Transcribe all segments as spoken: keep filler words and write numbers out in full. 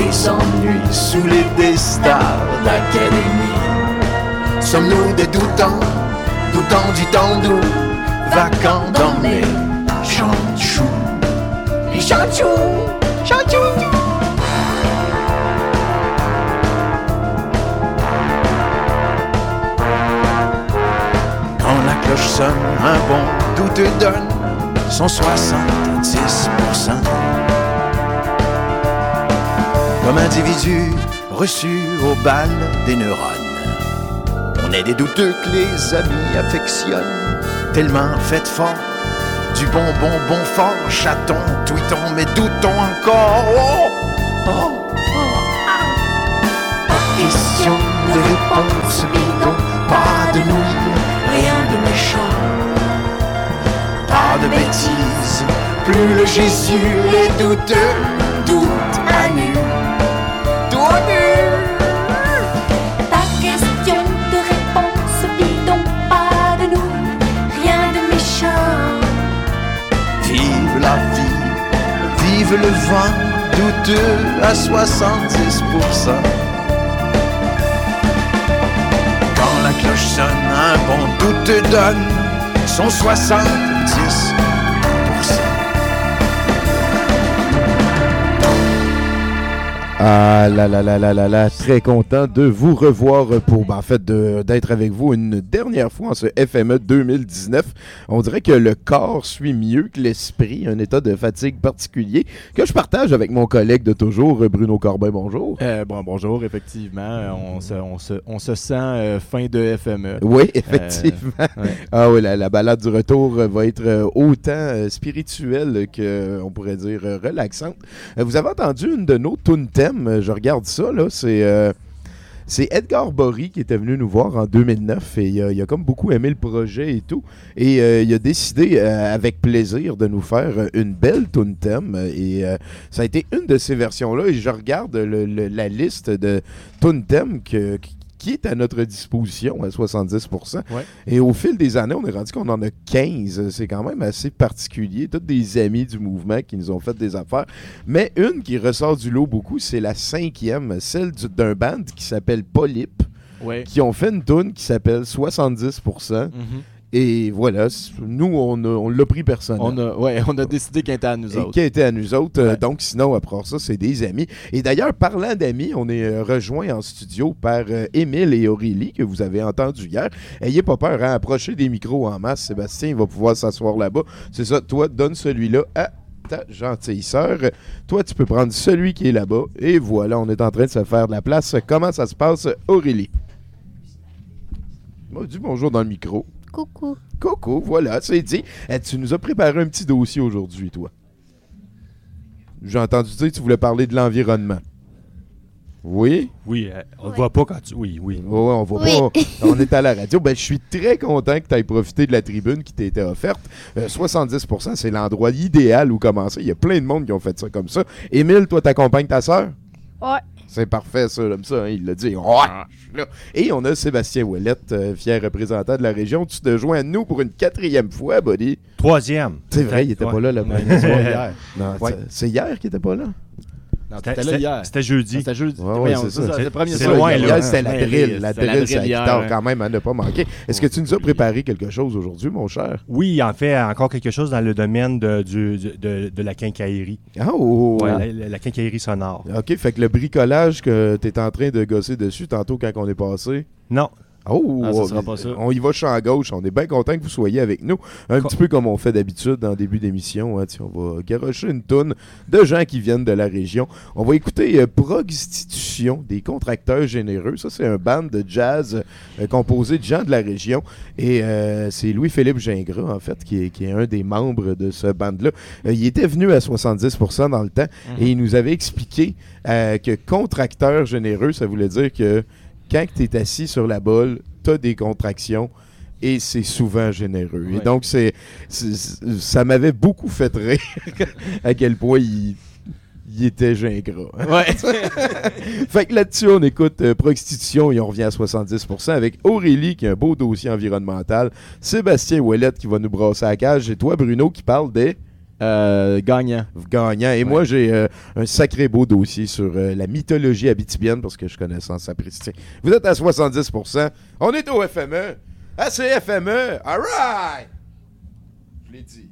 et s'ennuie sous les des stars d'académie. Sommes-nous des doutants, doutants du temps doux, vacants dans les chanchous, les chanchous, chanchous. Quand la cloche sonne, un bon douteux donne son soixante-dix pour cent. Comme individu reçu au bal des neurones, on est des douteux que les amis affectionnent. Tellement faites fort, du bonbon bon fort, chaton, tweetons, mais doutons encore. Oh, oh, oh, ah. Pas question de réponse bidon, pas de nouilles, rien de méchant, pas de bêtises. Plus le Jésus est douteux, doute à nu. Vive le vent douteux à soixante-dix pour cent. Quand la cloche sonne, un bon douteux donne son soixante-dix pour cent. Ah là là là là là là, très content de vous revoir pour, ben, en fait, de, d'être avec vous une dernière fois en ce F M E deux mille dix-neuf. On dirait que le corps suit mieux que l'esprit, un état de fatigue particulier que je partage avec mon collègue de toujours, Bruno Corbin. Bonjour. Euh, bon, bonjour, effectivement, on se, on se, on se sent euh, fin de F M E. Oui, effectivement. Euh, ouais. Ah oui, la, la balade du retour va être autant euh, spirituelle que, on pourrait dire, relaxante. Euh, vous avez entendu une de nos tunes thèmes. Je regarde ça, là, c'est, euh, c'est Edgar Bory qui était venu nous voir en deux mille neuf et il a, il a comme beaucoup aimé le projet et tout. Et euh, il a décidé euh, avec plaisir de nous faire une belle tune thème et euh, ça a été une de ces versions-là et je regarde le, le, la liste de tune thème que, qui est à notre disposition à soixante-dix pour cent. Ouais. Et au fil des années, on est rendu qu'on en a quinze. C'est quand même assez particulier. Tous des amis du mouvement qui nous ont fait des affaires. Mais une qui ressort du lot beaucoup, c'est la cinquième, celle du, d'un band qui s'appelle Polype, ouais. qui ont fait une tune qui s'appelle soixante-dix pour cent. Mm-hmm. Et voilà, nous, on, a, on l'a pris personnellement. On a, ouais, on a décidé qu'il était à nous Et autres. qui était à nous autres. Ouais. Euh, donc, sinon, après ça, c'est des amis. Et d'ailleurs, parlant d'amis, on est euh, rejoint en studio par euh, Émile et Aurélie, que vous avez entendu hier. Ayez pas peur, hein, approchez des micros en masse. Sébastien, il va pouvoir s'asseoir là-bas. C'est ça, toi, donne celui-là à ta gentille sœur. Toi, tu peux prendre celui qui est là-bas. Et voilà, on est en train de se faire de la place. Comment ça se passe, Aurélie? Moi, dis bonjour dans le micro. Coucou. Coucou, voilà, c'est dit. Eh, tu nous as préparé un petit dossier aujourd'hui, toi. J'ai entendu dire que tu voulais parler de l'environnement. Oui? Oui, euh, on ne Oui. voit pas quand tu... Oui, oui. Ouais, on voit Oui. pas. On est à la radio. Ben, je suis très content que tu aies profité de la tribune qui t'a été offerte. Euh, soixante-dix pour cent, c'est l'endroit idéal où commencer. Il y a plein de monde qui ont fait ça comme ça. Émile, toi, t'accompagnes ta sœur? Ouais. C'est parfait, ça, comme ça. Hein, il l'a dit. Ouais, je suis là. Et on a Sébastien Ouellette, euh, fier représentant de la région. Tu te joins à nous pour une quatrième fois, buddy. Troisième. C'est vrai, il était Ouais. pas là la Ouais. première fois. hier. Non, Ouais. c'est- c'est hier qu'il était pas là. Non, C'était, t'étais là c'était- hier. c'était jeudi. C'était jeudi. Ouais, ouais, Voyons, c'est ça. C'est le premier C'est soir. loin, hier. là. Hier, c'était la Ouais, drill. les- La c'était drill, c'est la hier, guitare hein. quand même à ne pas manquer. Est-ce que tu nous as préparé quelque chose aujourd'hui, mon cher? Oui, en fait, encore quelque chose dans le domaine de, du, du- de, de la quincaillerie. Ah, oh, Ouais, oh. la, la- la quincaillerie sonore. OK, fait que le bricolage que tu es en train de gosser dessus tantôt quand on est passé. Non. Oh, Ah, ça oh, sera pas ça. On y va champ gauche. On est bien content que vous soyez avec nous. Un Co- petit peu comme on fait d'habitude en début d'émission. Hein, tiens, on va garocher une toune de gens qui viennent de la région. On va écouter euh, Prostitution des Contracteurs Généreux. Ça, c'est un band de jazz euh, composé de gens de la région. Et euh, c'est Louis-Philippe Gingras, en fait, qui est, qui est un des membres de ce band-là. Euh, il était venu à soixante-dix pour cent dans le temps Mhm. et il nous avait expliqué euh, que contracteur généreux, ça voulait dire que quand tu es assis sur la bolle, tu as des contractions et c'est souvent généreux. Et Ouais. donc, c'est, c'est- ça m'avait beaucoup fait rire à quel point il, il était gingras. Ouais. Fait que là-dessus, on écoute euh, Prostitution et on revient à soixante-dix pour cent avec Aurélie qui a un beau dossier environnemental, Sébastien Ouellette qui va nous brasser à la cage et toi, Bruno, qui parle des... Euh, gagnant. Gagnant. Et ouais. moi, j'ai euh, un sacré beau dossier sur euh, la mythologie abitibienne parce que je connais ça en sapristi. Vous êtes à soixante-dix pour cent. On est au F M E. À C F M E. All right! Je l'ai dit.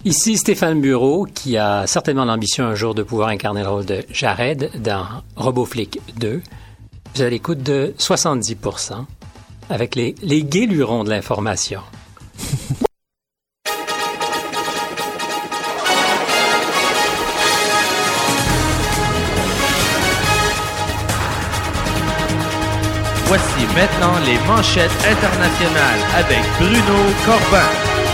Ici Stéphane Bureau, qui a certainement l'ambition un jour de pouvoir incarner le rôle de Jared dans RoboFlick deux. Vous êtes à l'écoute de soixante-dix pour cent avec les, les gays lurons de l'information. Voici maintenant les manchettes internationales avec Bruno Corbin.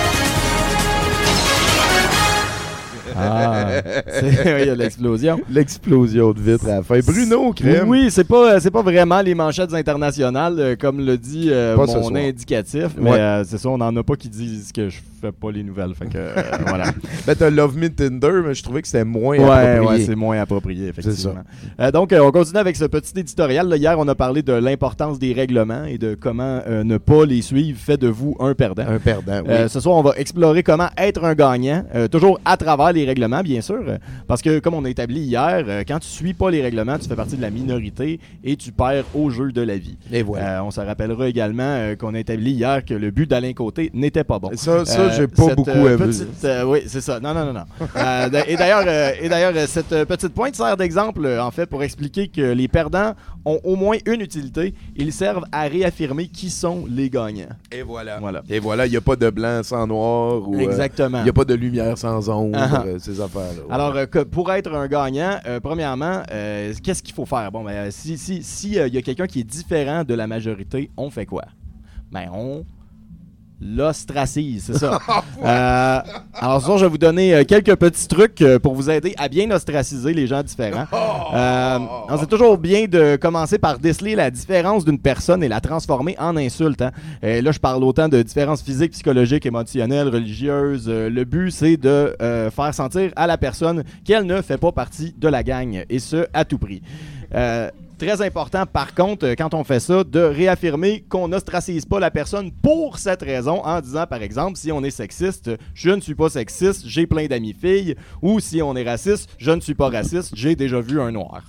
Ah, c'est- il y a l'explosion. L'explosion de vitre à la fin. Bruno, crème. Oui, c'est pas, c'est pas vraiment les manchettes internationales, euh, comme le dit euh, Pas ce mon soir. indicatif, mais Ouais. euh, c'est ça, on n'en a pas qui disent que je fais pas les nouvelles. Fait que, euh, voilà. Ben, t'as Love Me Tinder, mais je trouvais que c'était moins Ouais, approprié. ouais, c'est moins approprié, effectivement. C'est ça. Euh, donc, euh, on continue avec ce petit éditorial. Là, hier, on a parlé de l'importance des règlements et de comment euh, ne pas les suivre fait de vous un perdant. Un perdant, oui. Euh, ce soir, on va explorer comment être un gagnant, euh, toujours à travers les règlements, bien sûr, euh, parce que, comme on a établi hier, euh, quand tu suis pas les règlements, tu fais partie de la minorité et tu perds au jeu de la vie. Et voilà. Euh, on se rappellera également euh, qu'on a établi hier que le but d'Alain Côté n'était pas bon. Ça, ça Euh, j'ai pas cette, beaucoup euh, aimé. petite, euh, oui, c'est ça. Non, non, non, non. Euh, d- et d'ailleurs, euh, et d'ailleurs, euh, cette euh, petite pointe sert d'exemple, euh, en fait, pour expliquer que les perdants ont au moins une utilité. Ils servent à réaffirmer qui sont les gagnants. Et voilà. Voilà. Et voilà, il n'y a pas de blanc sans noir. ou euh, Exactement. Il n'y a pas de lumière sans ombre, Ah. euh, ces affaires-là. Ouais. Alors, euh, que pour être un gagnant, euh, premièrement, euh, qu'est-ce qu'il faut faire? Bon, ben, euh, si si, si, euh, y a quelqu'un qui est différent de la majorité, on fait quoi? Ben, on l'ostracise, c'est ça. Euh, alors, ce soir, je vais vous donner euh, quelques petits trucs euh, pour vous aider à bien ostraciser les gens différents. Euh, alors, c'est toujours bien de commencer par déceler la différence d'une personne et la transformer en insulte. Hein. Euh, là, je parle autant de différences physiques, psychologiques, émotionnelles, religieuses. Euh, le but, c'est de euh, faire sentir à la personne qu'elle ne fait pas partie de la gang, et ce, à tout prix. Euh, Très important, par contre, euh, quand on fait ça, de réaffirmer qu'on n'ostracise pas la personne pour cette raison, en disant, par exemple, si on est sexiste, je ne suis pas sexiste, j'ai plein d'amis filles, ou si on est raciste, je ne suis pas raciste, j'ai déjà vu un noir.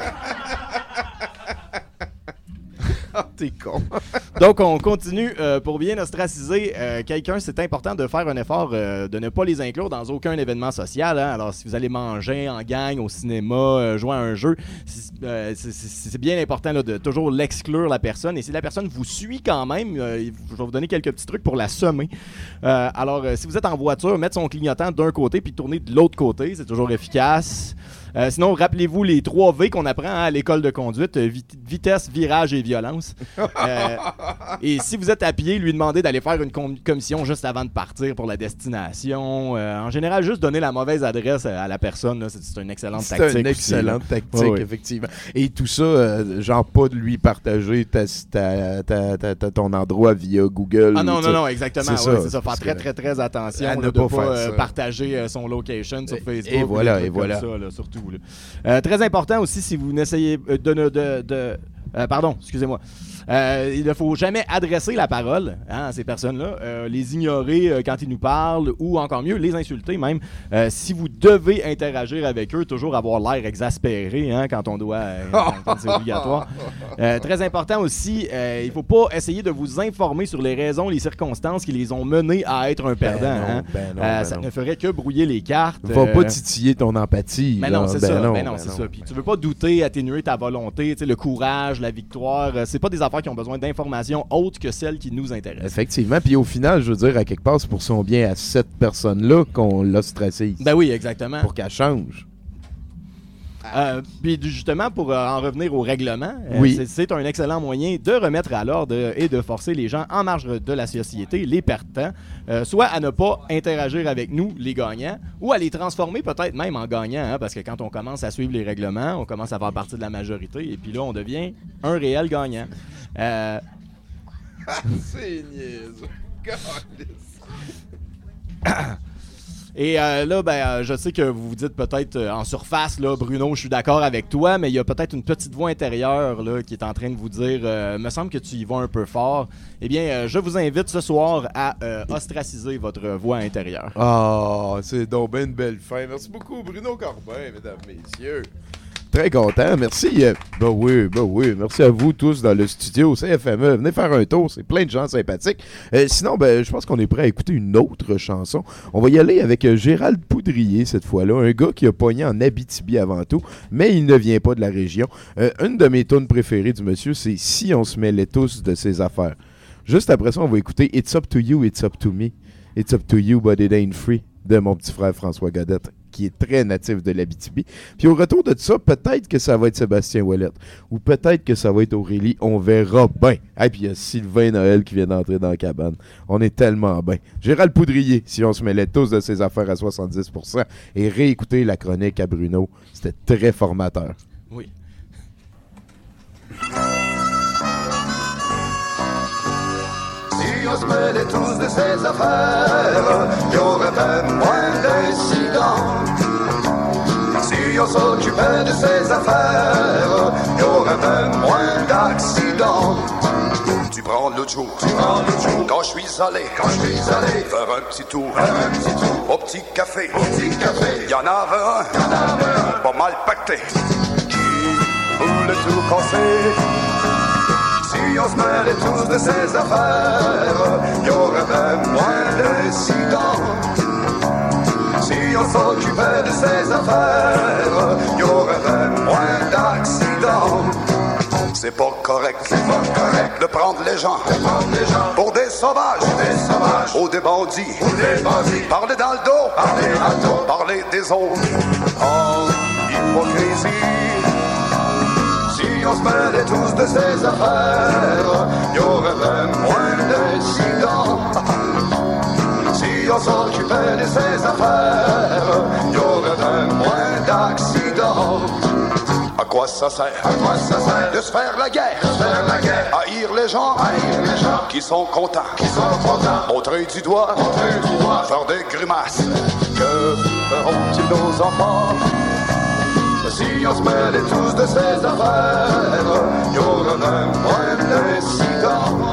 Ah, t'es con. Donc, on continue. Euh, pour bien ostraciser euh, quelqu'un, c'est important de faire un effort euh, de ne pas les inclure dans aucun événement social. Hein. Alors, si vous allez manger en gang, au cinéma, euh, jouer à un jeu, c'est euh, c'est- c'est- c'est bien important là, de toujours l'exclure, la personne. Et si la personne vous suit quand même, euh, je vais vous donner quelques petits trucs pour la semer. Euh, alors, euh, si vous êtes en voiture, mettre son clignotant d'un côté puis tourner de l'autre côté, c'est toujours efficace. Euh, sinon, rappelez-vous les trois V qu'on apprend hein, à l'école de conduite, euh, vit- vitesse, virage et violence. Euh, et si vous êtes à pied, lui demander d'aller faire une com- commission juste avant de partir pour la destination. Euh, en général, juste donner la mauvaise adresse à, à la personne, là, c'est, c'est une excellente C'est tactique. une aussi, là. excellente tactique, Ouais, ouais. effectivement. Et tout ça, euh, genre pas de lui partager ta, ta, ta, ta- ta- ton endroit via Google. Ah non, ou, non, non, exactement. C'est ouais, ça, c'est ça. Faire parce très, que- très, très attention à là, ne de pas ne pas faire euh, ça. partager euh, son location sur Et- Facebook. et ou voilà, des trucs et voilà. comme ça, là, surtout. Là. Euh, très important aussi, si vous n'essayez euh, de... ne- de, de euh, pardon, excusez-moi. Euh, il ne faut jamais adresser la parole hein, à ces personnes-là, euh, les ignorer euh, quand ils nous parlent ou encore mieux, les insulter même. Euh, si vous devez interagir avec eux, toujours avoir l'air exaspéré hein, quand on doit, euh, quand, quand c'est obligatoire. Euh, très important aussi, euh, il ne faut pas essayer de vous informer sur les raisons, les circonstances qui les ont menés à être un perdant. Ben non, hein. ben non, Euh, ben ça non. ne ferait que brouiller les cartes. Va euh, pas titiller ton empathie. mais là. non, c'est Ben ça. non, ben non, ben c'est non. ça. Puis tu veux pas douter, atténuer ta volonté, tu sais, le courage, la victoire. euh, C'est pas des affaires qui ont besoin d'informations autres que celles qui nous intéressent. Effectivement. Puis au final, je veux dire, à quelque part, c'est pour son bien à cette personne-là qu'on l'ostracise. Ben oui, exactement. Pour qu'elle change. Euh, puis du- justement, pour euh, en revenir au règlement, euh, Oui. c'est- c'est un excellent moyen de remettre à l'ordre euh, et de forcer les gens en marge de la société, les perdants, euh, soit à ne pas interagir avec nous, les gagnants, ou à les transformer peut-être même en gagnants, hein, parce que quand on commence à suivre les règlements, on commence à faire partie de la majorité, et puis là, on devient un réel gagnant. Euh, C'est niaiseux. Et euh, là, ben, euh, je sais que vous vous dites peut-être euh, en surface, là, Bruno, je suis d'accord avec toi, mais il y a peut-être une petite voix intérieure là, qui est en train de vous dire euh, me semble que tu y vas un peu fort. Eh bien, euh, je vous invite ce soir à euh, ostraciser votre voix intérieure. Ah, c'est donc ben une belle fin. Merci beaucoup, Bruno Corbin, mesdames, messieurs. Très content. Merci. Euh, ben oui, ben oui. Merci à vous tous dans le studio C F M E. Venez faire un tour. C'est plein de gens sympathiques. Euh, sinon, ben, je pense qu'on est prêt à écouter une autre chanson. On va y aller avec euh, Gérald Poudrier cette fois-là. Un gars qui a pogné en Abitibi avant tout, mais il ne vient pas de la région. Euh, une de mes tunes préférées du monsieur, c'est « Si on se mêlait tous de ses affaires ». Juste après ça, on va écouter « It's up to you, it's up to me. It's up to you, but it ain't free » de mon petit frère François Godette, qui est très natif de l'Abitibi. Puis au retour de ça, peut-être que ça va être Sébastien Ouellette, ou peut-être que ça va être Aurélie, on verra bien. Et puis il y a Sylvain Noël qui vient d'entrer dans la cabane. On est tellement bien. Gérald Poudrier, si on se mêlait tous de ses affaires à soixante-dix pour cent, et réécouter la chronique à Bruno, c'était très formateur. Oui. Si on se mêlait tous de ses affaires, il y aurait même moins d'incidents. Si on s'occupait de ses affaires, il y aurait même moins d'accidents. Tu prends l'autre jour, tu prends l'autre jour, quand je suis allé, quand je suis allé, faire un petit tour, faire un petit tour, au petit café, au petit café, il y en avait un, il y en avait un, pas mal pacté, qui voulait tout casser. Si on se mêlait tous de ses affaires, il y aurait même moins d'incidents. Si on s'occupait de ses affaires, il y aurait même moins d'accidents. C'est pas correct, c'est pas correct de prendre les gens, de prendre les gens pour des sauvages, pour des sauvages, ou des bandits, ou des bandits. Parler dans le dos, parler dans le dos, parler des autres. Oh, hypocrisie. Si on se mêlait tous de ses affaires, il y aurait même moins d'incidents. Si on s'occupait de ses affaires, il y aurait même moins d'accidents. À quoi ça sert? À quoi ça sert? De se faire la guerre, de se faire la guerre. Haïr les gens, haïr les gens qui sont contents, qui sont contents. Montrer du doigt, montrer du doigt. Faire des grimaces. Que feront-ils nos enfants? Si on se mêlait tous de ses affaires, il y aurait même moins d'incidents.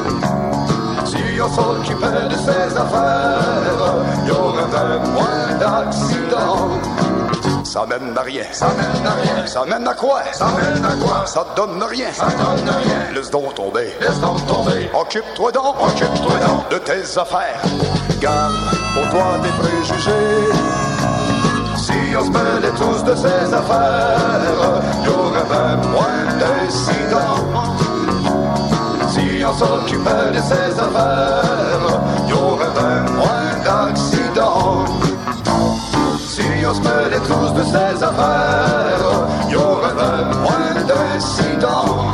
Si on s'occupait de ses affaires, il y aurait même moins d'accidents. Ça mène à rien, ça mène à rien, ça mène à quoi, ça mène à quoi, ça donne rien, ça donne rien. Laisse donc tomber, laisse donc tomber. Occupe-toi donc, occupe-toi donc de tes affaires. Garde pour toi tes préjugés. Si on se mêlait tous de ses affaires, il y aurait même moins d'incidents. Si on s'occupait de ses affaires, il y aurait même moins d'accidents. Si on se mêlait tous de ses affaires, il y aurait même moins d'incidents.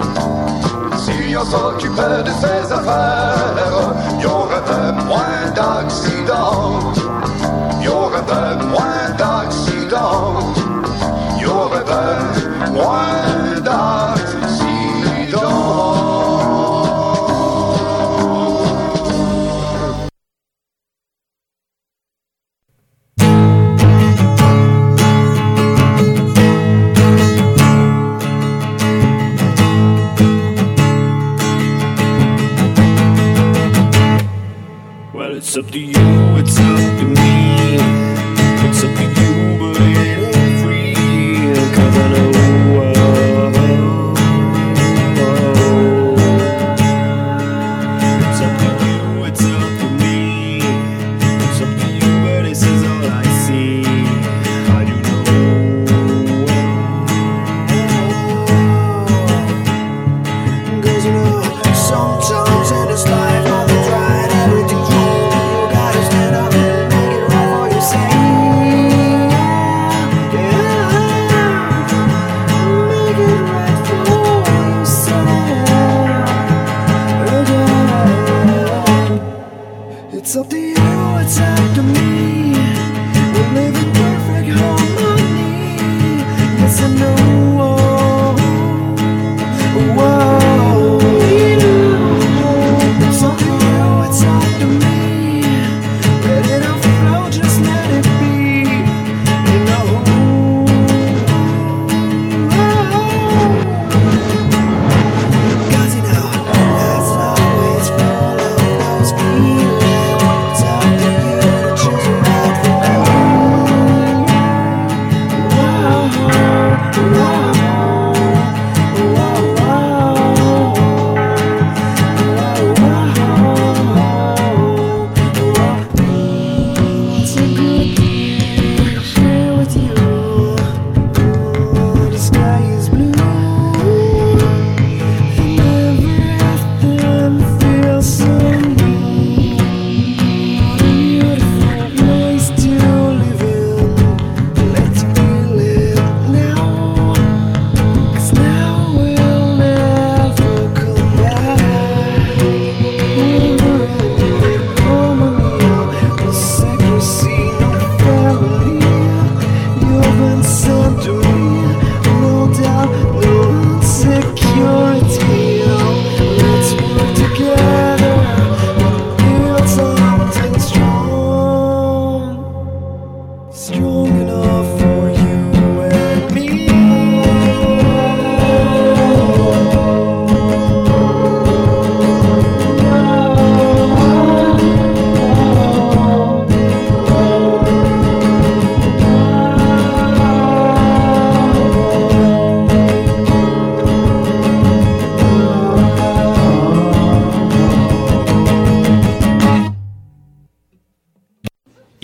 Si on s'occupait de ses affaires, il y aurait même moins d'accidents. Il y aurait même moins d'accidents. Il y aurait même moins d'accidents. Well, it's up to you, it's up to me. It's up to you, but it ain't free. 'Cause I know oh, oh. It's up to you, it's up to me. It's up to you, but this is all I see. I do know. 'Cause you know, sometimes in this life, nothing's right, everything's wrong. You gotta stand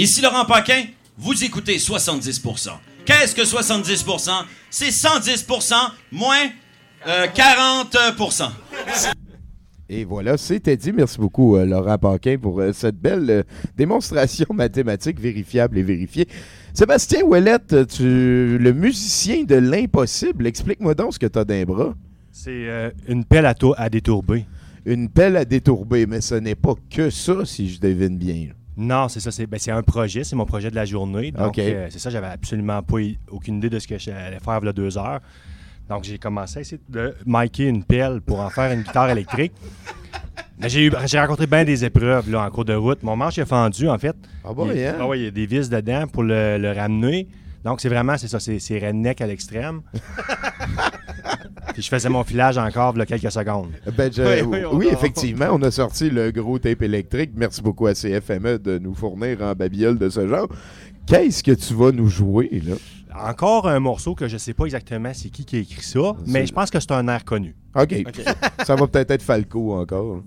Ici Laurent Paquin, vous écoutez soixante-dix pour cent. Qu'est-ce que soixante-dix pour cent? C'est cent dix pour cent moins euh, quarante pour cent. Et voilà, c'était dit. Merci beaucoup, euh, Laurent Paquin, pour euh, cette belle euh, démonstration mathématique vérifiable et vérifiée. Sébastien Ouellette, tu, le musicien de l'impossible, explique-moi donc ce que tu as dans les bras. C'est euh, une pelle à, to- à détourber. Une pelle à détourber, mais ce n'est pas que ça, si je devine bien. Non, c'est ça. C'est, ben, c'est un projet. C'est mon projet de la journée. Donc, OK. euh, c'est ça. J'avais absolument pas i- aucune idée de ce que j'allais faire il y a deux heures. Donc, j'ai commencé à essayer de micer une pelle pour en faire une guitare électrique. Mais j'ai, eu, j'ai rencontré bien des épreuves là, en cours de route. Mon manche est fendu, en fait. Ah bon, il, hein? ah ouais, il y a des vis dedans pour le, le ramener. Donc, c'est vraiment, c'est ça, c'est, c'est redneck à l'extrême. Puis je faisais mon filage encore il y a quelques secondes. Ben, je- Oui, oui, oui, on a- effectivement, on a sorti le gros tape électrique. Merci beaucoup à C F M E de nous fournir en babiole de ce genre. Qu'est-ce que tu vas nous jouer, là? Encore un morceau que je ne sais pas exactement c'est qui qui a écrit ça, mais je pense que c'est un air connu. OK. Ça va peut-être être Falco encore.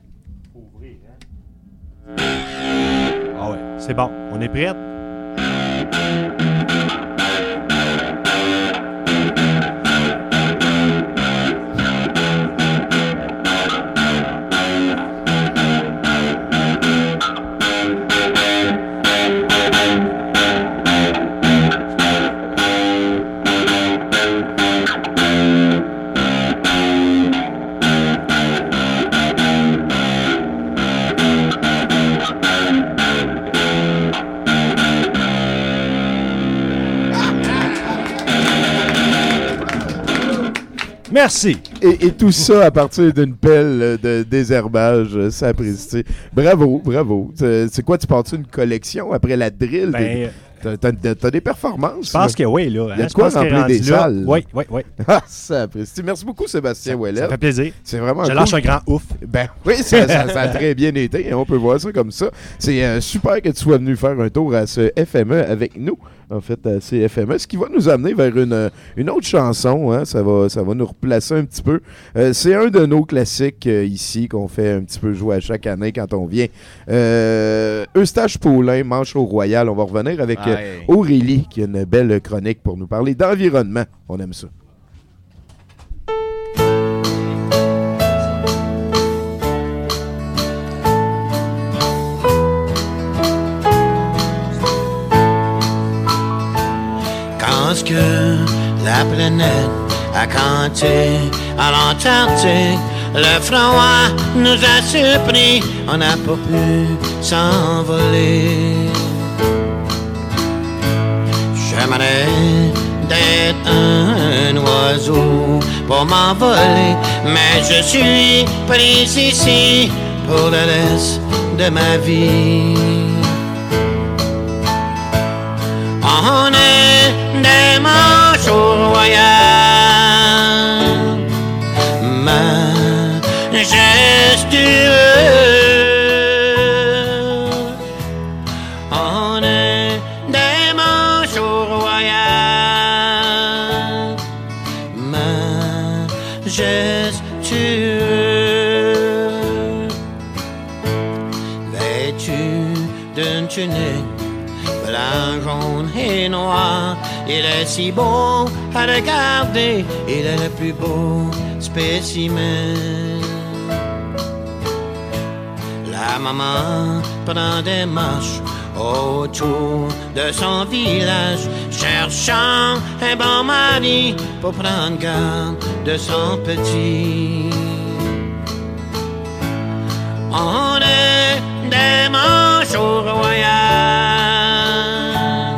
Ah ouais, c'est bon. On est prêts? Merci. Et, et tout ça à partir d'une pelle de désherbage, euh, sapristi. Bravo, bravo. C'est, c'est quoi, tu parles-tu une collection après la drill? Ben, T'as, t'as- t'as des performances? je pense là. que oui, là. Il y a hein, de quoi je pense qu'il est remplir des rendu là. salles. Oui, oui, oui. Ah, sapristi. Merci beaucoup, Sébastien Ça, Ouellet. ça fait plaisir. C'est vraiment Je cool. lâche un grand ouf. Ben oui, ça, ça- ça a très bien été. On peut voir ça comme ça. C'est euh, super que tu sois venu faire un tour à ce F M E avec nous. En fait, à C F M E, ce qui va nous amener vers une, une autre chanson. Hein. Ça va, ça va nous replacer un petit peu. Euh, c'est un de nos classiques euh, ici qu'on fait un petit peu jouer à chaque année quand on vient. Euh, Eustache Paulin, Manchot Royal. On va revenir avec euh, Ouais. Aurélie qui a une belle chronique pour nous parler d'environnement. On aime ça. Quand que la planète a canté à l'Antarctique, le froid nous a surpris, on n'a pas pu s'envoler. J'aimerais d'être un oiseau pour m'envoler, mais je suis pris ici pour le reste de ma vie. On est des manchots royales, majestueux. On est des manchots royales, majestueux. Vêtus d'une tunique blanc, jaune et noir, il est si beau à regarder, il est le plus beau spécimen. La maman prend des marches autour de son village, cherchant un bon mari pour prendre garde de son petit. On est des manchots royales,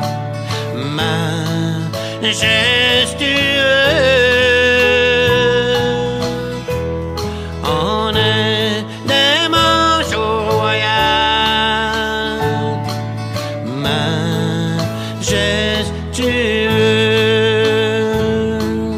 majestueux. On est des manchots royales, majestueux.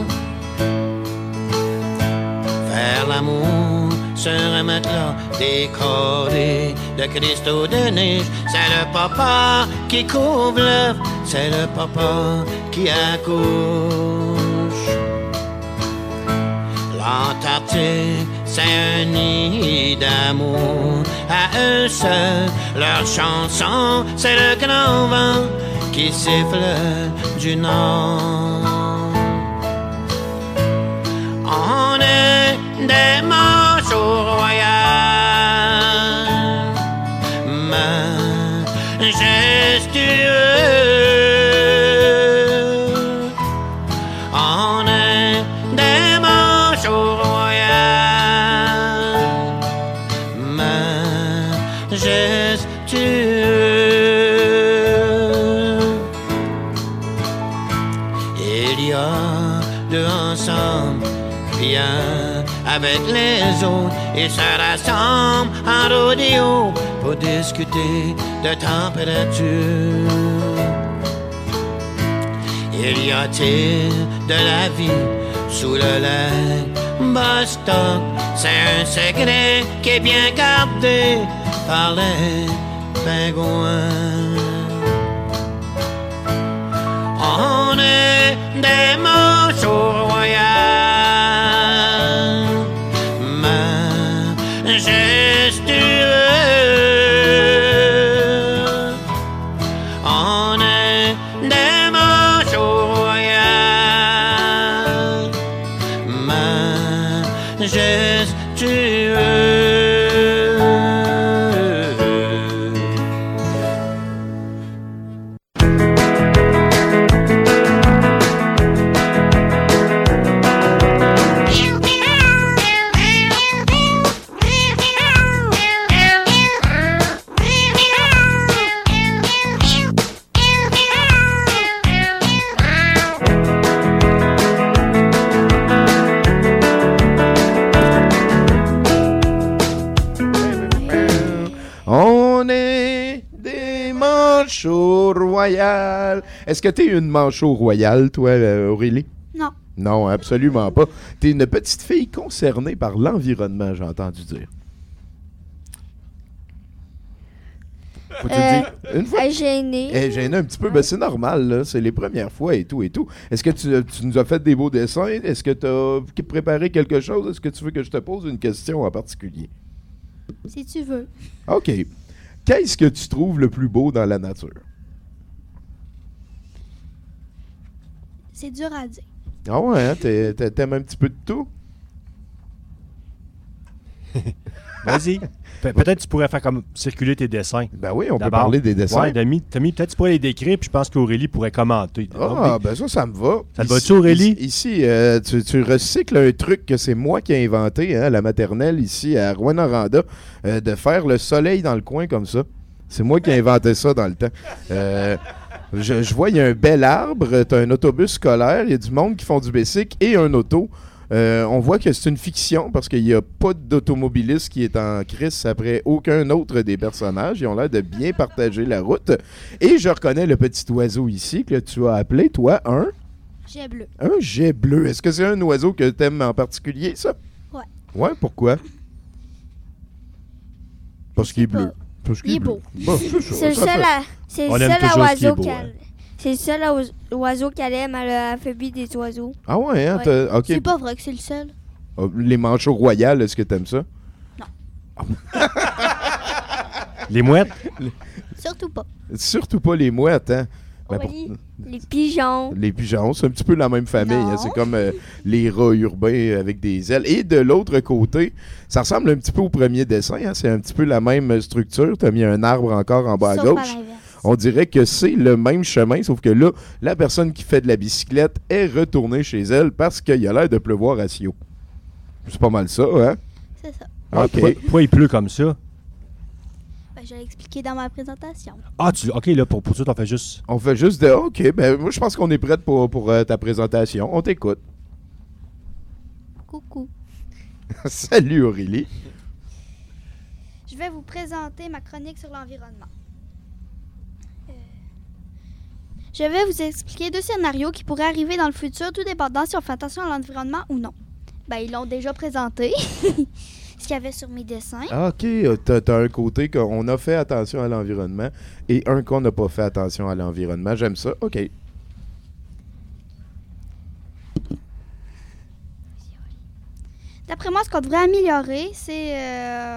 Faire l'amour sur un matelas décoré de cristaux de neige, c'est le papa qui couvre l'œuf, c'est le papa qui accouche. L'Antarctique, c'est un nid d'amour à eux seuls. Leur chanson, c'est le grand vent qui siffle du nord. On est des manchots royales, majestueux. On est des manchots royales, majestueux. Il y a deux ensemble, bien avec les autres, ils se rassemblent en rodéo pour discuter de température. Il y a-t-il de la vie sous le lac Boston? C'est un secret qui est bien gardé par les pingouins. On est des manchots royales, majestueux. On est des manchots royales, manchot royal. Est-ce que t'es une manchot royale, toi, euh, Aurélie? Non. Non, absolument pas. T'es une petite fille concernée par l'environnement, j'ai entendu dire. Faut te Euh, dire, une fois... Elle est gênée. Elle est gênée un petit peu, ben c'est normal, là. C'est les premières fois et tout et tout. Est-ce que tu, tu nous as fait des beaux dessins? Est-ce que tu as préparé quelque chose? Est-ce que tu veux que je te pose une question en particulier? Si tu veux. OK. Qu'est-ce que tu trouves le plus beau dans la nature? C'est dur à dire. Ah ouais, hein? T'es- t'es- T'aimes un petit peu de tout? Vas-y. Pe- Peut-être tu pourrais faire comme circuler tes dessins. Ben oui, on peut D'abord. parler des dessins. Ouais, Tommy, Tommy, peut-être tu pourrais les décrire, puis je pense qu'Aurélie pourrait commenter. Ah, ben ça, ça me va. Ça te Ici- va-tu, Aurélie? Ici, ici, euh, tu, tu recycles un truc que c'est moi qui ai inventé, hein, à la maternelle, ici, à Rouyn-Noranda, euh, de faire le soleil dans le coin comme ça. C'est moi qui ai inventé ça dans le temps. Euh, je, je vois, il y a un bel arbre, t'as un autobus scolaire, il y a du monde qui font du bicycle et un auto. Euh, on voit que c'est une fiction parce qu'il n'y a pas d'automobiliste qui est en crise après aucun autre des personnages. Ils ont l'air de bien partager la route. Et je reconnais le petit oiseau ici que tu as appelé, toi, un... Jet bleu. Un jet bleu. Est-ce que c'est un oiseau que tu aimes en particulier, ça? Ouais. Ouais, pourquoi? Parce qu'il est bleu. Parce qu'il Il est bleu. beau. Bon, c'est ça, C'est le ça seul, fait- à- c'est le On aime seul toujours ce qui est oiseau beau, qu'elle. hein. C'est le seul oise- oiseau qu'elle aime à l'alphabet des oiseaux. Ah ouais, hein? Ouais. t'as- OK. C'est pas vrai que c'est le seul. Ah, les manchots royales, est-ce que t'aimes ça? Les mouettes? Surtout pas. Surtout pas les mouettes, hein? Ben, pour- Aurélie, les pigeons. Les pigeons, c'est un petit peu la même famille. Non. hein. C'est comme euh, les rats urbains avec des ailes. Et de l'autre côté, ça ressemble un petit peu au premier dessin. hein. C'est un petit peu la même structure. Tu as mis un arbre encore en bas à Sauf à gauche. l'inverse. On dirait que c'est le même chemin, sauf que là, la personne qui fait de la bicyclette est retournée chez elle parce qu'il y a l'air de pleuvoir à Sio. C'est pas mal ça, hein? C'est ça. Ah, OK. pourquoi, pourquoi il pleut comme ça? Ben, je l'ai expliqué dans ma présentation. Ah, tu, OK, là, pour, pour ça, t'en fais juste... On fait juste de... OK, ben moi, je pense qu'on est prête pour, pour euh, ta présentation. On t'écoute. Coucou. Salut, Aurélie. Je vais vous présenter ma chronique sur l'environnement. Euh, Je vais vous expliquer deux scénarios qui pourraient arriver dans le futur, tout dépendant si on fait attention à l'environnement ou non. Ben, ils l'ont déjà présenté. Ce qu'il y avait sur mes dessins. Ah, OK, euh, t'as, t'as un côté qu'on a fait attention à l'environnement et un qu'on n'a pas fait attention à l'environnement. J'aime ça. OK. D'après moi, ce qu'on devrait améliorer, c'est euh,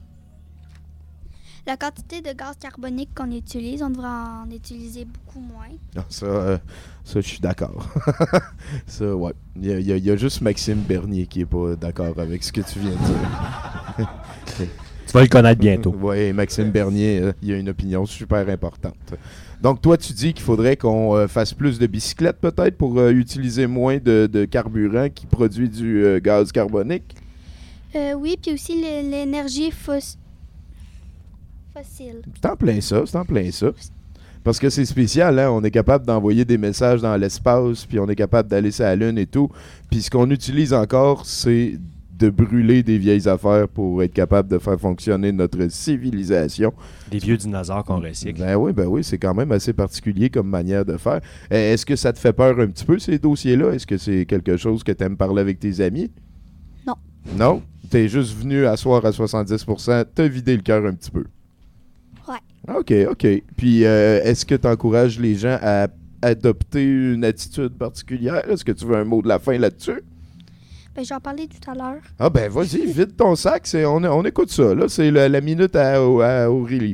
la quantité de gaz carbonique qu'on utilise. On devrait en utiliser beaucoup moins. Non, ça, euh, ça je suis d'accord. Ça, ouais. Il y, a- il y a- il y a juste Maxime Bernier qui est pas d'accord avec ce que tu viens de dire. Tu vas le connaître bientôt. Oui, Maxime Bernier, euh, il a une opinion super importante. Donc, toi, tu dis qu'il faudrait qu'on euh, fasse plus de bicyclettes, peut-être, pour euh, utiliser moins de, de carburant qui produit du euh, gaz carbonique? Euh, oui, puis aussi l'é- l'énergie fos- fossile. C'est en plein ça, c'est en plein ça. Parce que c'est spécial, hein? On est capable d'envoyer des messages dans l'espace, puis on est capable d'aller sur la Lune et tout. Puis ce qu'on utilise encore, c'est de brûler des vieilles affaires pour être capable de faire fonctionner notre civilisation. Des vieux dinosaures qu'on recycle. Ben oui, ben oui, c'est quand même assez particulier comme manière de faire. Euh, Est-ce que ça te fait peur un petit peu, ces dossiers-là? Est-ce que c'est quelque chose que tu aimes parler avec tes amis? Non. Non? T'es juste venu asseoir à soixante-dix pour cent, te vider le cœur un petit peu. Ouais. OK, OK. Puis, euh, est-ce que tu encourages les gens à adopter une attitude particulière? Est-ce que tu veux un mot de la fin là-dessus? Ben, j'en parlais tout à l'heure. Ah ben, vas-y, vide ton sac. C'est, on, on écoute ça, là. C'est la, la minute à, à Aurélie.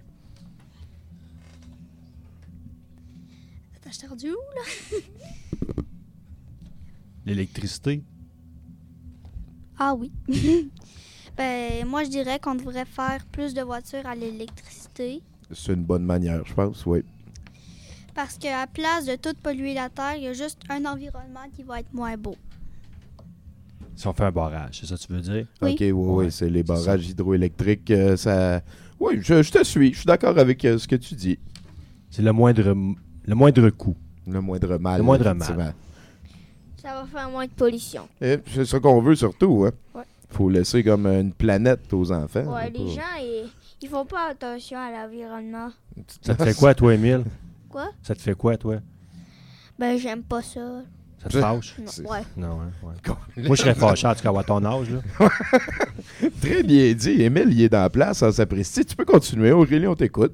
Attends, je t'ai rendu où, là? L'électricité. Ah oui. Ben, moi, je dirais qu'on devrait faire plus de voitures à l'électricité. C'est une bonne manière, je pense, oui. Parce qu'à place de tout polluer la Terre, il y a juste un environnement qui va être moins beau. Si on fait un barrage, c'est ça que tu veux dire? Oui. OK, oui, oui, Ouais, c'est les c'est barrages hydroélectriques. euh, ça... Oui, je, je te suis. Je suis d'accord avec euh, ce que tu dis. C'est le moindre, le moindre coût. Le moindre mal. Le moindre mal. effectivement. Ça va faire moins de pollution. Et c'est ça qu'on veut surtout. Hein? Ouais. Faut laisser comme une planète aux enfants. Ouais, Faut les pas- gens, ils, ils font pas attention à l'environnement. Ça te fait quoi, toi, Émile? Quoi? Ça te fait quoi, toi? Ben, j'aime pas ça. Ça te fâche? Non, C'est- ouais. Non, hein, ouais. Moi, je serais fâché, en tout cas, à ton âge, là. Très bien dit. Émile, il est dans la place, ça s'apprécie. Tu peux continuer. Aurélie, on t'écoute.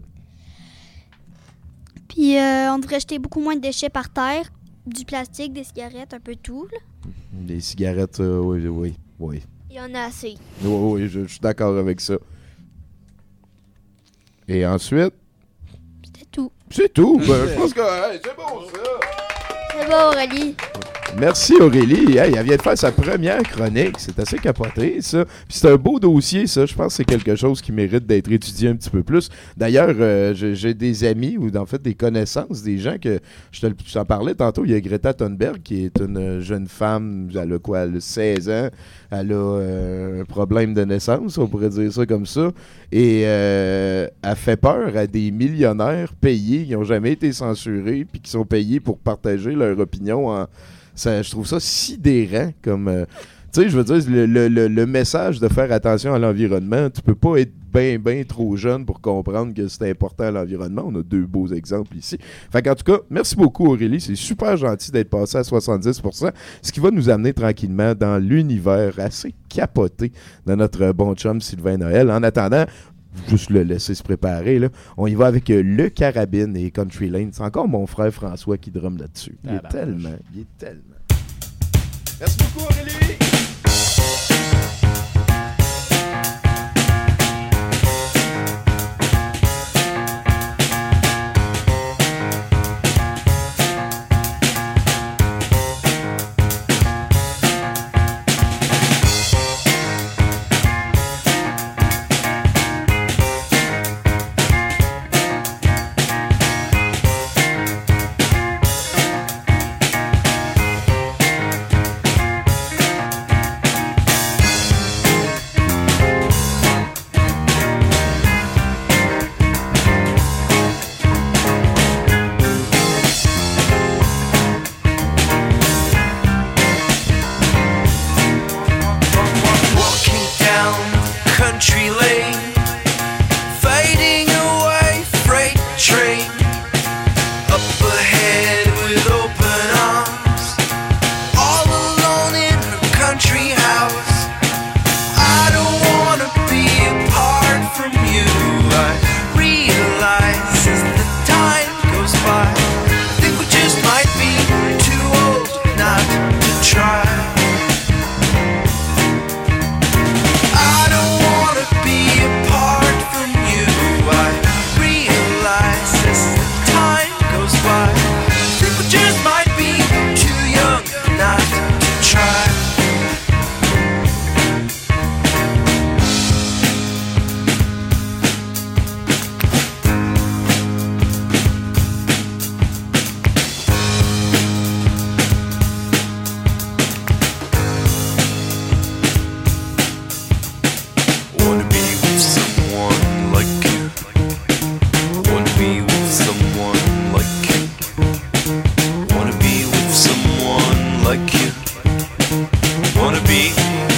Puis, euh, on devrait jeter beaucoup moins de déchets par terre. Du plastique, des cigarettes, un peu tout, là. Les cigarettes, euh, oui, oui, oui. Il y en a assez. Oui, oui, je, je suis d'accord avec ça. Et ensuite, C'était tout. c'est tout. Ben, je pense que hey, c'est bon, ça. C'est bon, Aurélie. Merci Aurélie. Hey, elle vient de faire sa première chronique. C'est assez capoté, ça. Puis c'est un beau dossier, ça. Je pense que c'est quelque chose qui mérite d'être étudié un petit peu plus. D'ailleurs, euh, j'ai j'ai des amis ou en fait des connaissances, des gens que je te le- je t'en parlais tantôt. Il y a Greta Thunberg qui est une jeune femme. Elle a quoi? Elle a seize ans. Elle a euh, un problème de naissance, on pourrait dire ça comme ça. Et euh, elle fait peur à des millionnaires payés qui n'ont jamais été censurés puis qui sont payés pour partager leur opinion en. Ça, je trouve ça sidérant comme... euh, tu sais, je veux dire, le, le- le- le message de faire attention à l'environnement, tu peux pas être bien, bien trop jeune pour comprendre que c'est important à l'environnement. On a deux beaux exemples ici. Fait qu'en tout cas, merci beaucoup Aurélie. C'est super gentil d'être passé à soixante-dix pour cent, ce qui va nous amener tranquillement dans l'univers assez capoté de notre bon chum Sylvain Noël. En attendant, juste le laisser se préparer, là. On y va avec euh, le Carabine et Country Lane. C'est encore mon frère François qui drum là-dessus. Il est Ah, bah, tellement, il est tellement. Merci beaucoup Aurélie! wanna be.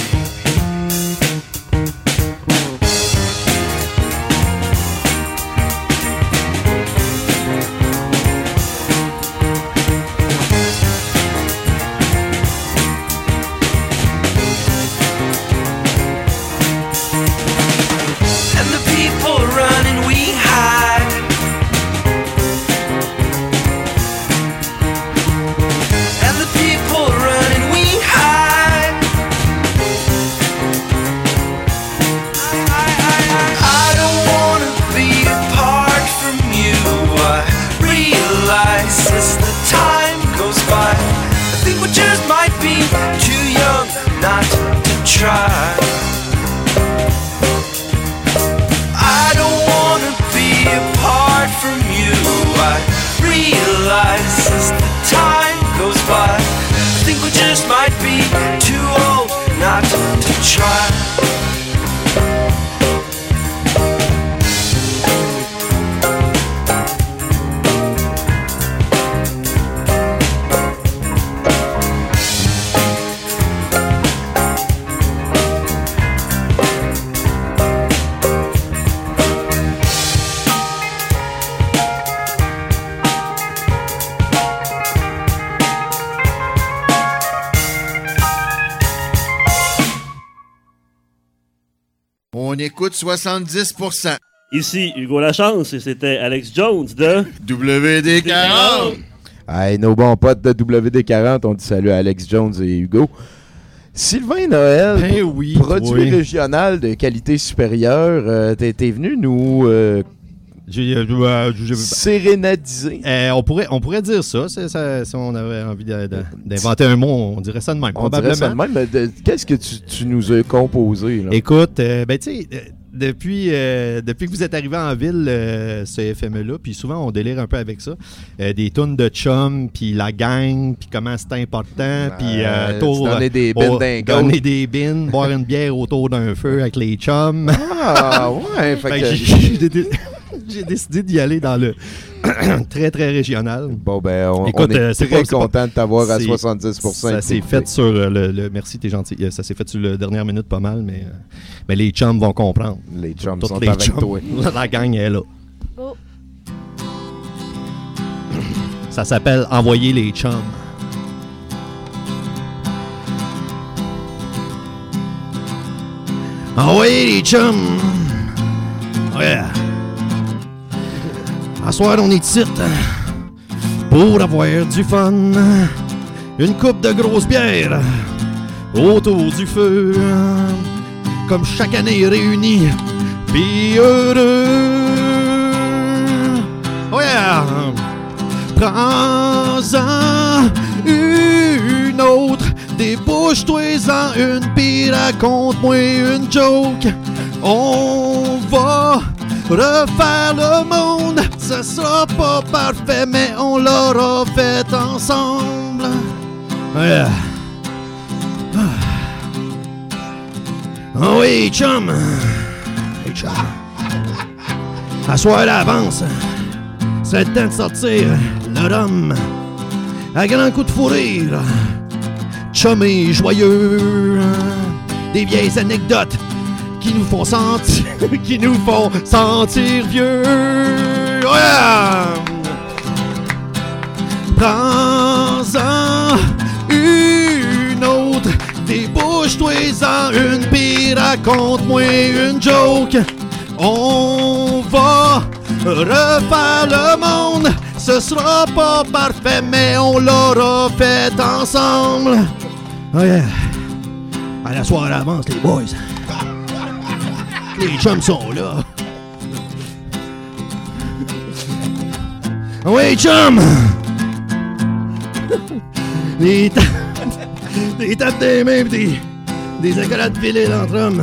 And the people run and we hide. And the people run and we hide. I, I, I, I don't wanna be apart from you. I realize as the time goes by, I think we just might be too young not to try. I don't wanna be apart from you. I realize as the time goes by, I think we just might be too old not to try. On écoute soixante-dix pour cent. Ici Hugo Lachance et c'était Alex Jones de W D quarante. Hey, nos bons potes de W D quarante, on dit salut à Alex Jones et Hugo. Sylvain Noël, Ben oui, produit oui. régional de qualité supérieure, euh, t'es, t'es venu nous euh, J'ai, euh, euh, j'ai- sérénadiser. Euh, on, pourrait, on pourrait dire ça, c'est- ça, si on avait envie de- de- d'inventer un mot, on dirait ça de même, On probablement. dirait ça de même, mais de- qu'est-ce que tu, tu nous as composé? Là? Écoute, euh, ben tu sais, euh, depuis, euh, depuis que vous êtes arrivé en ville, euh, ce F M E-là, puis souvent on délire un peu avec ça, euh, des tunes de chum, puis la gang, puis comment c'est important, puis euh, tu tour- donnais des bines oh, d'un donner gars. des bines, boire une bière autour d'un feu avec les chums. Ah, ouais, fait Fait que- que j'ai, j'ai dé- j'ai décidé d'y aller dans le très, très régional. Bon, ben, on, Écoute, on est euh, c'est très pas- c'est pas- content de t'avoir à c'est- soixante-dix pour cent. Ça s'est fait sur euh, le, le- Merci, t'es gentil. Euh, Ça s'est fait sur la dernière minute pas mal, mais, euh, mais les chums vont comprendre. Les chums Toutes sont les avec chums. toi. La gang est là. Go. Ça s'appelle Envoyer les chums. Envoyer les chums. Ouais. À soir, on est ici pour avoir du fun. Une coupe de grosse bière autour du feu. Comme chaque année réunis, puis heureux. Oh yeah! Prends-en une autre, débouche-toi-en une, puis raconte-moi une joke. On va refaire le monde, ça sera pas parfait, mais on l'aura fait ensemble. Oh yeah! Oh oui, chum! Hey, chum! À soir d'avance, c'est le temps de sortir le rhum à grand coup de fou rire. Chum et joyeux, des vieilles anecdotes qui nous font sentir, qui nous font sentir vieux. Oh yeah! Prends-en une autre, débouche-toi-en une, puis raconte-moi une joke. On va refaire le monde, ce sera pas parfait, mais on l'aura fait ensemble. Oh yeah! À la soirée avance, les boys. Les chums sont là. Oui, chum! Les ta- des tapes des mains pis des, des accolades filées entre hommes.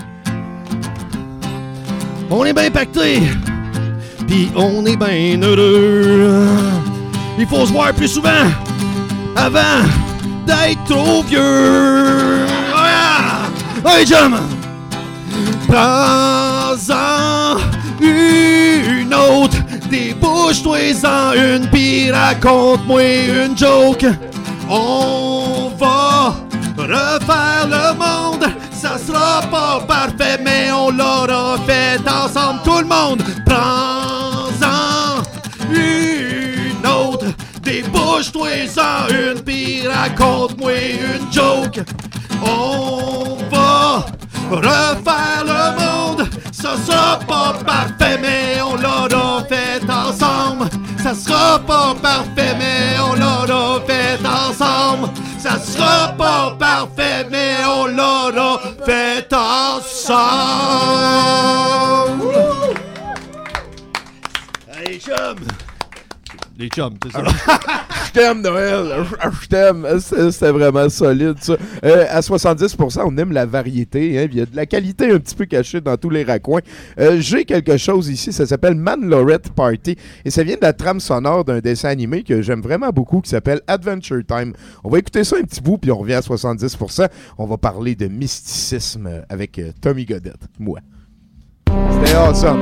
On est bien pacté, pis on est bien heureux. Il faut se voir plus souvent avant d'être trop vieux. Oh yeah! Hey, chum! Prends-en une autre, débouche-toi-en une, pis raconte-moi une joke. On va Refaire le monde, ça sera pas parfait, mais on l'aura fait ensemble. Tout le monde, prends-en une autre. Débouche-toi-en une, pis raconte-moi une joke. On va refaire le monde, ça sera pas parfait, mais on l'aura fait ensemble. Ça sera pas parfait, mais on l'aura fait ensemble. Ça sera pas parfait, mais on l'aura fait ensemble. Hey, chum! Les chums, c'est ça. Je t'aime, Noël. Je t'aime. C'était vraiment solide, ça. Euh, à soixante-dix pour cent, on aime la variété. Hein. Il y a de la qualité un petit peu cachée dans tous les raccoins. Euh, J'ai quelque chose ici. Ça s'appelle Man Lorette Party. Et ça vient de la trame sonore d'un dessin animé que j'aime vraiment beaucoup qui s'appelle Adventure Time. On va écouter ça un petit bout, puis on revient à soixante-dix pour cent. On va parler de mysticisme avec euh, Tommy Godette. Moi. C'était awesome.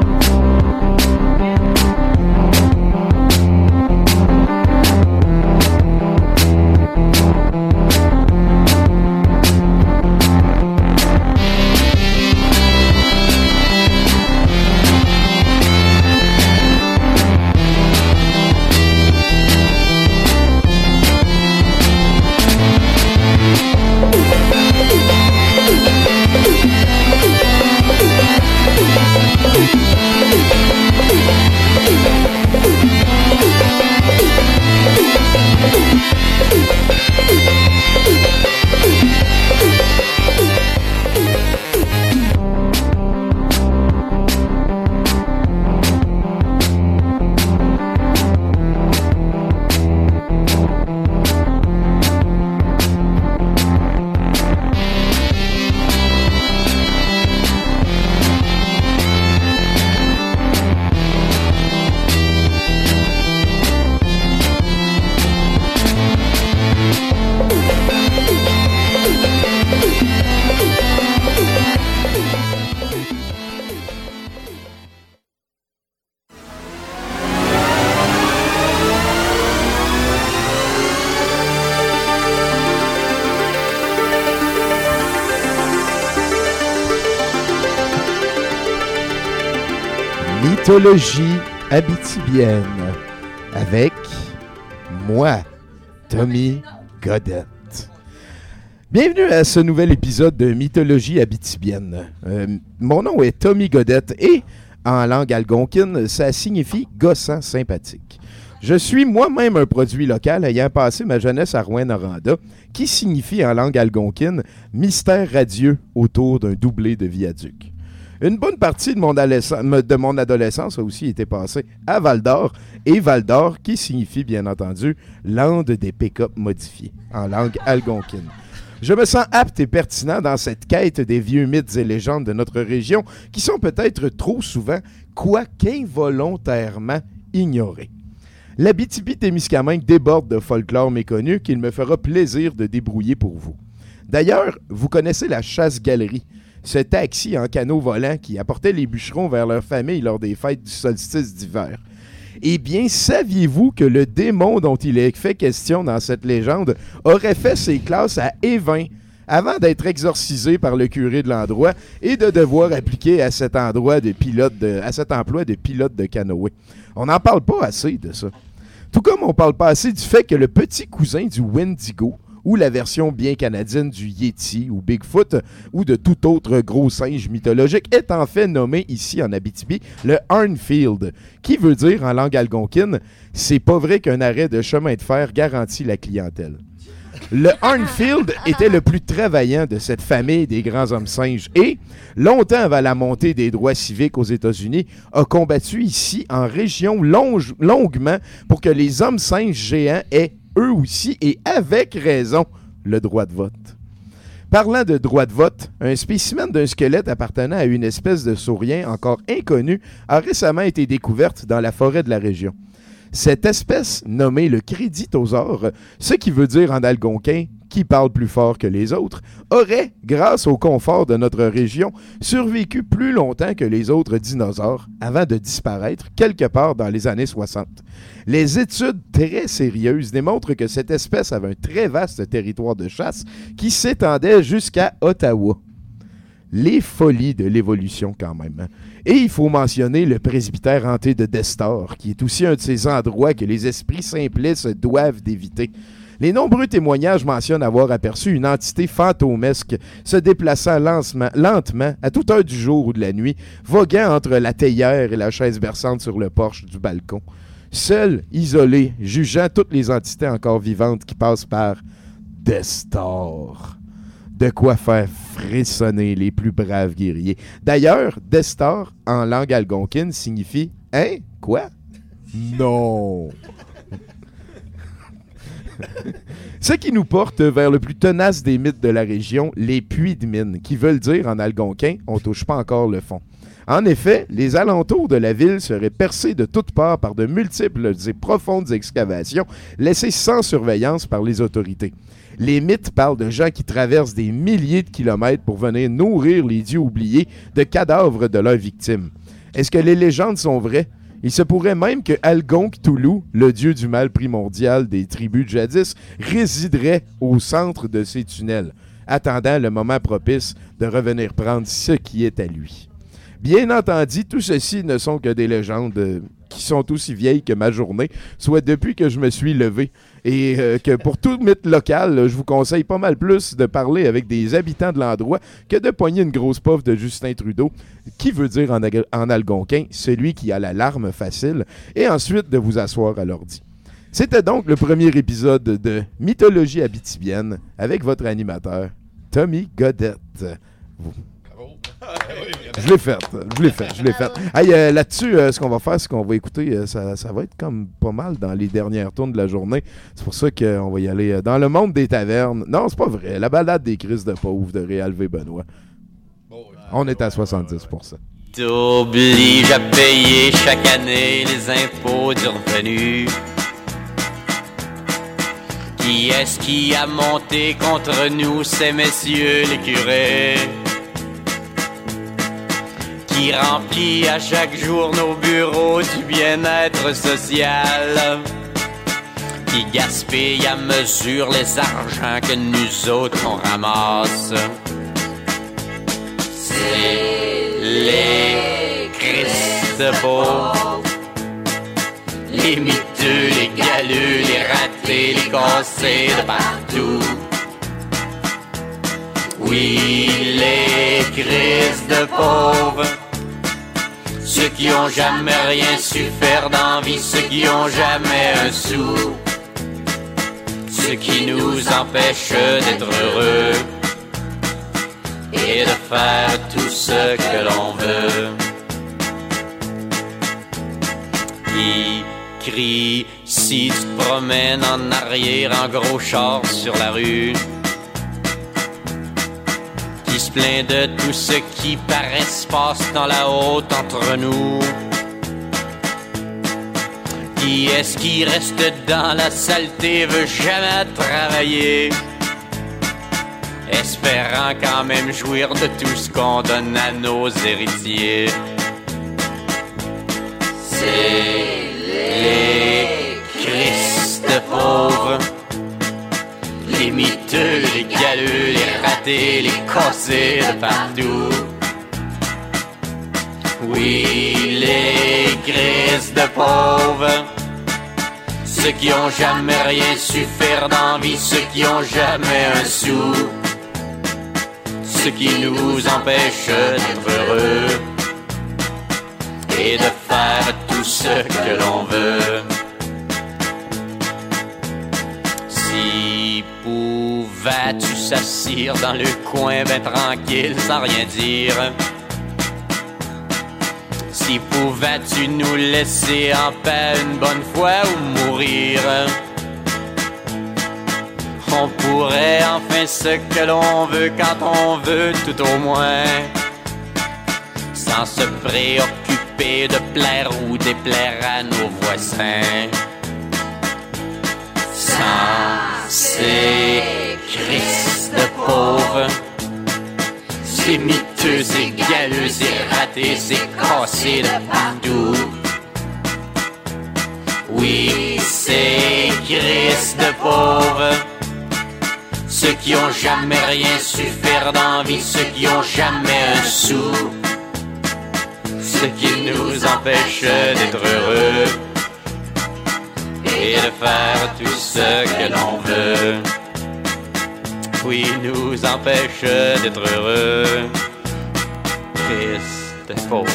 Mythologie abitibienne avec moi, Tommy Godette. Bienvenue à ce nouvel épisode de Mythologie abitibienne. Euh, mon nom est Tommy Godette et, en langue algonquine, ça signifie « gossant sympathique ». Je suis moi-même un produit local ayant passé ma jeunesse à Rouyn-Noranda, qui signifie en langue algonquine « mystère radieux autour d'un doublé de viaduc ». Une bonne partie de mon, de mon adolescence a aussi été passée à Val-d'Or, et Val-d'Or qui signifie bien entendu « lande des pick-up modifiés » en langue algonquine. Je me sens apte et pertinent dans cette quête des vieux mythes et légendes de notre région qui sont peut-être trop souvent, quoique involontairement, ignorés. L'Abitibi-Témiscamingue déborde de folklore méconnu qu'il me fera plaisir de débrouiller pour vous. D'ailleurs, vous connaissez la chasse-galerie, ce taxi en canot volant qui apportait les bûcherons vers leur famille lors des fêtes du solstice d'hiver. Eh bien, saviez-vous que le démon dont il est fait question dans cette légende aurait fait ses classes à Évin avant d'être exorcisé par le curé de l'endroit et de devoir appliquer à cet endroit de pilote de, à cet emploi de pilote de canoë? On n'en parle pas assez de ça. Tout comme on parle pas assez du fait que le petit cousin du Wendigo, ou la version bien canadienne du Yeti ou Bigfoot ou de tout autre gros singe mythologique est en fait nommé ici en Abitibi le Arnfield, qui veut dire en langue algonquine « c'est pas vrai qu'un arrêt de chemin de fer garantit la clientèle ». Le Arnfield était le plus travaillant de cette famille des grands hommes singes et, longtemps avant la montée des droits civiques aux États-Unis, a combattu ici en région longe, longuement pour que les hommes singes géants aient eux aussi, et avec raison, le droit de vote. Parlant de droit de vote, un spécimen d'un squelette appartenant à une espèce de saurien encore inconnue a récemment été découverte dans la forêt de la région. Cette espèce, nommée le créditosaure, ce qui veut dire en algonquin qui parlent plus fort que les autres, auraient, grâce au confort de notre région, survécu plus longtemps que les autres dinosaures avant de disparaître quelque part dans les années soixante. Les études très sérieuses démontrent que cette espèce avait un très vaste territoire de chasse qui s'étendait jusqu'à Ottawa. Les folies de l'évolution quand même. Hein? Et il faut mentionner le presbytère hanté de Destor, qui est aussi un de ces endroits que les esprits simplistes doivent d'éviter. Les nombreux témoignages mentionnent avoir aperçu une entité fantomesque se déplaçant lentement, lentement à toute heure du jour ou de la nuit, voguant entre la théière et la chaise berçante sur le porche du balcon. Seul, isolé, jugeant toutes les entités encore vivantes qui passent par Destor. De quoi faire frissonner les plus braves guerriers. D'ailleurs, Destor, en langue algonquine, signifie « Hein? Quoi? Non! » Ce qui nous porte vers le plus tenace des mythes de la région, les puits de mine, qui veulent dire en algonquin « on touche pas encore le fond ». En effet, les alentours de la ville seraient percés de toutes parts par de multiples et profondes excavations laissées sans surveillance par les autorités. Les mythes parlent de gens qui traversent des milliers de kilomètres pour venir nourrir les dieux oubliés de cadavres de leurs victimes. Est-ce que les légendes sont vraies? Il se pourrait même que Algonquin, le dieu du mal primordial des tribus de jadis, résiderait au centre de ces tunnels, attendant le moment propice de revenir prendre ce qui est à lui. Bien entendu, tout ceci ne sont que des légendes euh, qui sont aussi vieilles que ma journée, soit depuis que je me suis levé. Et euh, que pour tout mythe local, là, je vous conseille pas mal plus de parler avec des habitants de l'endroit que de poigner une grosse puff de Justin Trudeau, qui veut dire en, en algonquin, celui qui a la larme facile, et ensuite de vous asseoir à l'ordi. C'était donc le premier épisode de Mythologie abitibienne avec votre animateur, Tommy Godette. Vous... Je l'ai fait, je l'ai fait, je l'ai fait. Hey, euh, là-dessus, euh, ce qu'on va faire, c'est qu'on va écouter, euh, ça, ça va être comme pas mal dans les dernières tournes de la journée. C'est pour ça qu'on va y aller euh, dans le monde des tavernes. Non, c'est pas vrai. La balade des crises de pauvres de Réal V. Benoît. On est à soixante-dix pour cent. T'oblige à payer chaque année les impôts du revenu. Qui est-ce qui a monté contre nous, ces messieurs les curés? Qui remplit à chaque jour nos bureaux du bien-être social, qui gaspille à mesure les argents que nous autres on ramasse. C'est les Christ de pauvres, les miteux, les galeux, les ratés, les cassés de partout. Oui, les Christ de pauvres, ceux qui ont jamais rien su faire dans vie, ceux qui ont jamais un sou, ceux qui nous empêchent d'être heureux et de faire tout ce que l'on veut. Qui crie si tu te promènes en arrière en gros char sur la rue, qui se plaint de tout ce qui paraît se passe dans la haute entre nous. Qui est-ce qui reste dans la saleté, veut jamais travailler, espérant quand même jouir de tout ce qu'on donne à nos héritiers? C'est les Christ de pauvres, les miteux, les galeux, les ratés, les cassés de partout. Oui, les Christ de pauvres, ceux qui ont jamais rien su faire dans vie, ceux qui ont jamais un sou, ceux qui nous empêchent d'être heureux et de faire tout ce que l'on veut. Si pouvais-tu s'assire dans le coin ben tranquille sans rien dire, si pouvais-tu nous laisser en paix une bonne fois ou mourir, on pourrait enfin ce que l'on veut quand on veut tout au moins, sans se préoccuper de plaire ou déplaire à nos voisins. Sans ces Christ de pauvre. C'est miteux, c'est galeux, c'est raté, c'est cassé de partout. Oui, c'est Christ de pauvre. Ceux qui ont jamais rien su faire dans la vie, ceux qui ont jamais un sou. Ce qui nous empêche d'être heureux et de faire tout ce que l'on veut. Oui, nous empêche d'être heureux. Christ pauvre.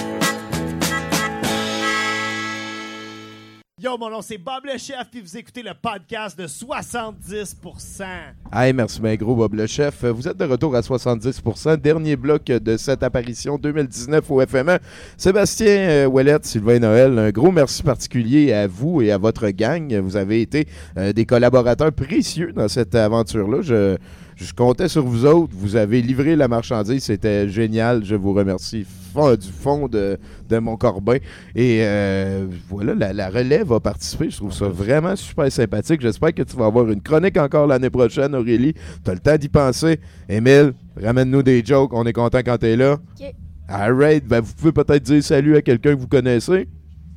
Yo, mon nom c'est Bob le Chef, puis vous écoutez le podcast de soixante-dix pour cent. Hey, merci bien gros, Bob le Chef. Vous êtes de retour à soixante-dix pour cent. Dernier bloc de cette apparition deux mille dix-neuf au F M E. Sébastien euh, Ouellette, Sylvain Noël, un gros merci particulier à vous et à votre gang. Vous avez été euh, des collaborateurs précieux dans cette aventure-là. Je... Je comptais sur vous autres. Vous avez livré la marchandise. C'était génial. Je vous remercie fond, du fond de, de mon corbin. Et euh, voilà, la, la relève va participer. Je trouve ça vraiment super sympathique. J'espère que tu vas avoir une chronique encore l'année prochaine, Aurélie. Tu as le temps d'y penser. Émile, ramène-nous des jokes. On est content quand tu es là. OK. All right. Ben, vous pouvez peut-être dire salut à quelqu'un que vous connaissez.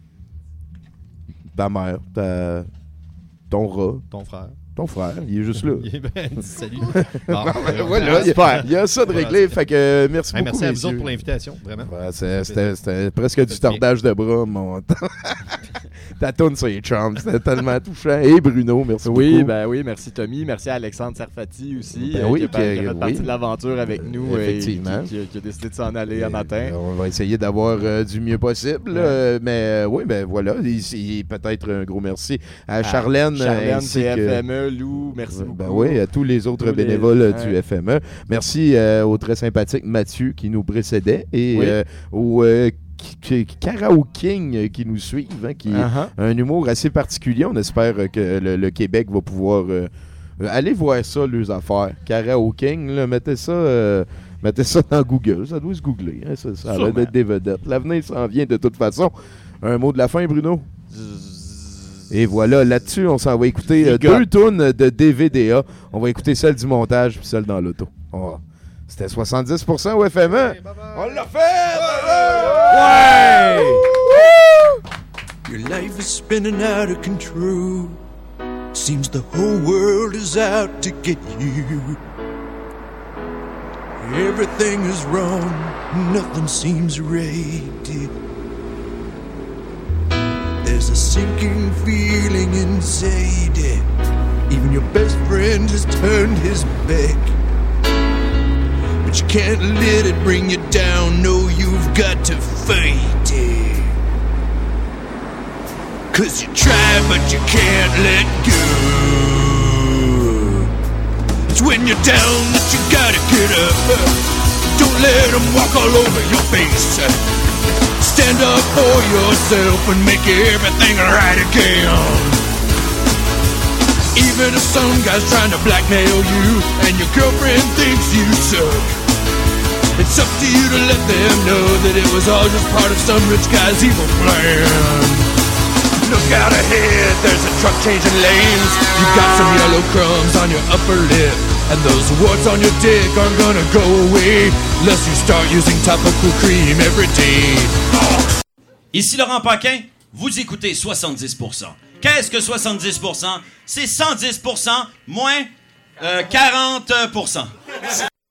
Ta mère, ta... ton rat. Ton frère. Ton frère, il est juste là. Il est ben, salut. Bon, ben, voilà, il y, a, il y a ça de réglé. Fait que euh, merci hey, beaucoup. Merci à messieurs. vous autres pour l'invitation, vraiment. Ouais, c'est, c'était, c'était presque du tordage de bras, mon temps. Ta tourne sur les charms, c'était tellement touchant. Et Bruno, merci oui, beaucoup. Ben oui, merci Tommy. Merci à Alexandre Sarfati aussi, ben euh, oui, qui a, que, qui a fait oui. partie de l'aventure avec nous. Effectivement. Et qui, qui, qui a décidé de s'en aller à matin. On va essayer d'avoir euh, du mieux possible. Ouais. Euh, mais euh, oui, ben voilà. Ici, peut-être un gros merci à, à Charlène. Charlène, ainsi C F M E, que... Lou, merci beaucoup. Ben oui, à tous les autres tous bénévoles les... du ouais. F M E. Merci euh, au très sympathique Mathieu qui nous précédait et oui. euh, au euh, Karaoke King qui nous suivent, hein, qui uh-huh. a un humour assez particulier. On espère que le, le Québec va pouvoir euh, aller voir ça, leurs affaires. Karaoke King, là, mettez ça... Euh, Mettez ça dans Google, ça doit se googler. Hein, ça ça a l'air d'être des vedettes. L'avenir s'en vient de toute façon. Un mot de la fin, Bruno? Et voilà, là-dessus, on s'en va écouter euh, deux tunes de D V D A. On va écouter celle du montage puis celle dans l'auto. Oh. C'était soixante-dix pour cent au F M E. Okay, bye bye. On l'a fait! Ouais! Ouais! Your life is spinning out of control. Seems the whole world is out to get you. Everything is wrong, nothing seems right. There's a sinking feeling inside. Even your best friend has turned his back. But you can't let it bring you down, no, you've got to fight it. Cause you try but you can't let go. It's when you're down that you gotta get up. Don't let them walk all over your face. Stand up for yourself and make everything right again. Even if some guy's trying to blackmail you and your girlfriend thinks you suck, it's up to you to let them know that it was all just part of some rich guy's evil plan. Look out ahead, there's a truck changing lanes. You got some yellow crumbs on your upper lip, and those warts on your dick aren't gonna go away unless you start using topical cream every day. Oh. Ici Laurent Paquin, vous écoutez soixante-dix pour cent. Qu'est-ce que soixante-dix pour cent? C'est cent dix pour cent moins euh, quarante pour cent.